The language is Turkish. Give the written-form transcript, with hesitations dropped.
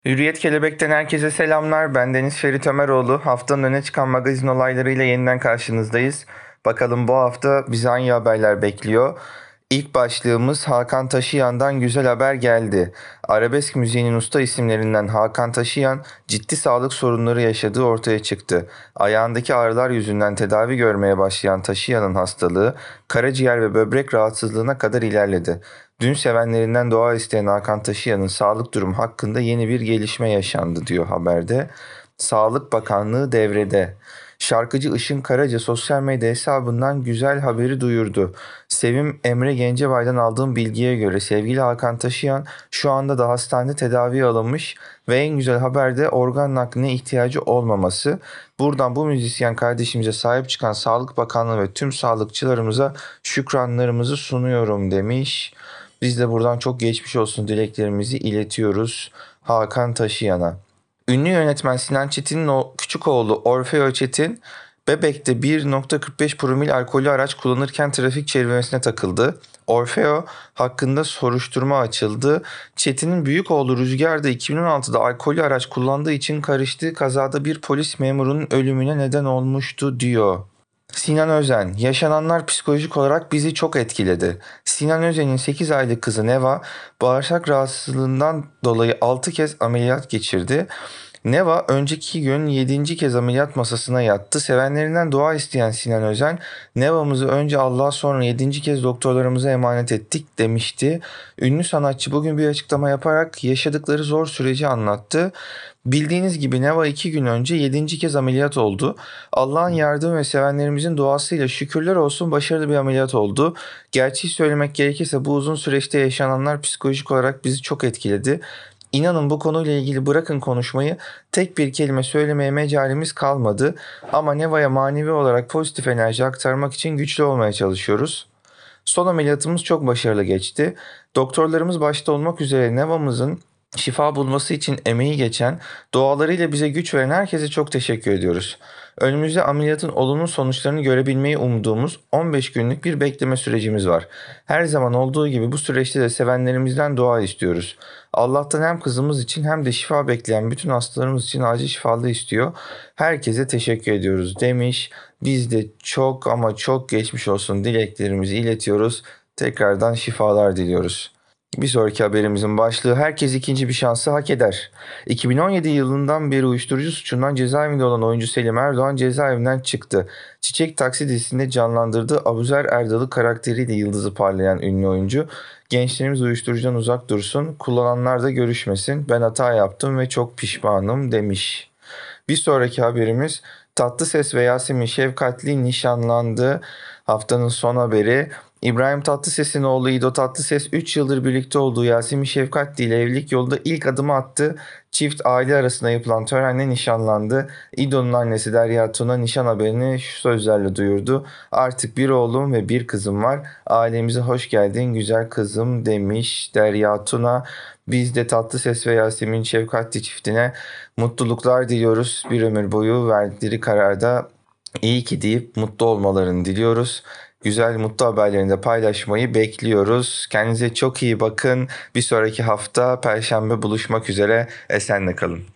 Hürriyet Kelebek'ten herkese selamlar. Ben Deniz Ferit Ömeroğlu. Haftanın öne çıkan magazin olaylarıyla yeniden karşınızdayız. Bakalım bu hafta bizi hangi haberler bekliyor? İlk başlığımız Hakan Taşıyan'dan güzel haber geldi. Arabesk müziğinin usta isimlerinden Hakan Taşıyan ciddi sağlık sorunları yaşadığı ortaya çıktı. Ayağındaki ağrılar yüzünden tedavi görmeye başlayan Taşıyan'ın hastalığı karaciğer ve böbrek rahatsızlığına kadar ilerledi. Dün sevenlerinden dua isteyen Hakan Taşıyan'ın sağlık durumu hakkında yeni bir gelişme yaşandı diyor haberde. Sağlık Bakanlığı devrede. Şarkıcı Işın Karaca sosyal medya hesabından güzel haberi duyurdu. Sevim Emre Gencebay'dan aldığım bilgiye göre sevgili Hakan Taşıyan şu anda da hastanede tedavi alınmış ve en güzel haber de organ nakline ihtiyacı olmaması. Buradan bu müzisyen kardeşimize sahip çıkan Sağlık Bakanlığı ve tüm sağlıkçılarımıza şükranlarımızı sunuyorum demiş. Biz de buradan çok geçmiş olsun dileklerimizi iletiyoruz Hakan Taşıyan'a. Ünlü yönetmen Sinan Çetin'in küçük oğlu Orfeo Çetin, Bebek'te 1,45 promil alkollü araç kullanırken trafik çevirmesine takıldı. Orfeo hakkında soruşturma açıldı. Çetin'in büyük oğlu Rüzgar da 2016'da alkollü araç kullandığı için karıştığı kazada bir polis memurunun ölümüne neden olmuştu diyor. Sinan Özen, yaşananlar psikolojik olarak bizi çok etkiledi. Sinan Özen'in 8 aylık kızı Neva, bağırsak rahatsızlığından dolayı 6 kez ameliyat geçirdi. Neva önceki gün 7. kez ameliyat masasına yattı. Sevenlerinden dua isteyen Sinan Özen, Neva'mızı önce Allah'a sonra 7. kez doktorlarımıza emanet ettik demişti. Ünlü sanatçı bugün bir açıklama yaparak yaşadıkları zor süreci anlattı. Bildiğiniz gibi Neva 2 gün önce 7. kez ameliyat oldu. Allah'ın yardımı ve sevenlerimizin duasıyla şükürler olsun başarılı bir ameliyat oldu. Gerçeği söylemek gerekirse bu uzun süreçte yaşananlar psikolojik olarak bizi çok etkiledi. İnanın bu konuyla ilgili bırakın konuşmayı, tek bir kelime söylemeye mecalimiz kalmadı. Ama Neva'ya manevi olarak pozitif enerji aktarmak için güçlü olmaya çalışıyoruz. Son ameliyatımız çok başarılı geçti. Doktorlarımız başta olmak üzere Neva'mızın şifa bulması için emeği geçen, dualarıyla bize güç veren herkese çok teşekkür ediyoruz. Önümüzde ameliyatın olumlu sonuçlarını görebilmeyi umduğumuz 15 günlük bir bekleme sürecimiz var. Her zaman olduğu gibi bu süreçte de sevenlerimizden dua istiyoruz. Allah'tan hem kızımız için hem de şifa bekleyen bütün hastalarımız için acil şifalı istiyor. Herkese teşekkür ediyoruz demiş. Biz de çok ama çok geçmiş olsun dileklerimizi iletiyoruz. Tekrardan şifalar diliyoruz. Bir sonraki haberimizin başlığı herkes ikinci bir şansı hak eder. 2017 yılından beri uyuşturucu suçundan cezaevinde olan oyuncu Selim Erdoğan cezaevinden çıktı. Çiçek Taksi dizisinde canlandırdığı Abuzer Erdal'ı karakteriyle yıldızı parlayan ünlü oyuncu, gençlerimiz uyuşturucudan uzak dursun, kullananlar da görüşmesin, ben hata yaptım ve çok pişmanım demiş. Bir sonraki haberimiz Tatlıses ve Yasemin Şevkatli nişanlandı. Haftanın son haberi İbrahim Tatlıses'in oğlu İdo Tatlıses 3 yıldır birlikte olduğu Yasemin Şevkatli ile evlilik yolunda ilk adımı attı. Çift aile arasında yapılan törenle nişanlandı. İdo'nun annesi Derya Tuna nişan haberini şu sözlerle duyurdu. Artık bir oğlum ve bir kızım var. Ailemize hoş geldin güzel kızım demiş Derya Tuna. Biz de Tatlıses ve Yasemin Şevkatli çiftine mutluluklar diliyoruz. Bir ömür boyu verdikleri kararda iyi ki deyip mutlu olmalarını diliyoruz. Güzel mutlu haberlerini de paylaşmayı bekliyoruz. Kendinize çok iyi bakın. Bir sonraki hafta Perşembe buluşmak üzere. Esenle kalın.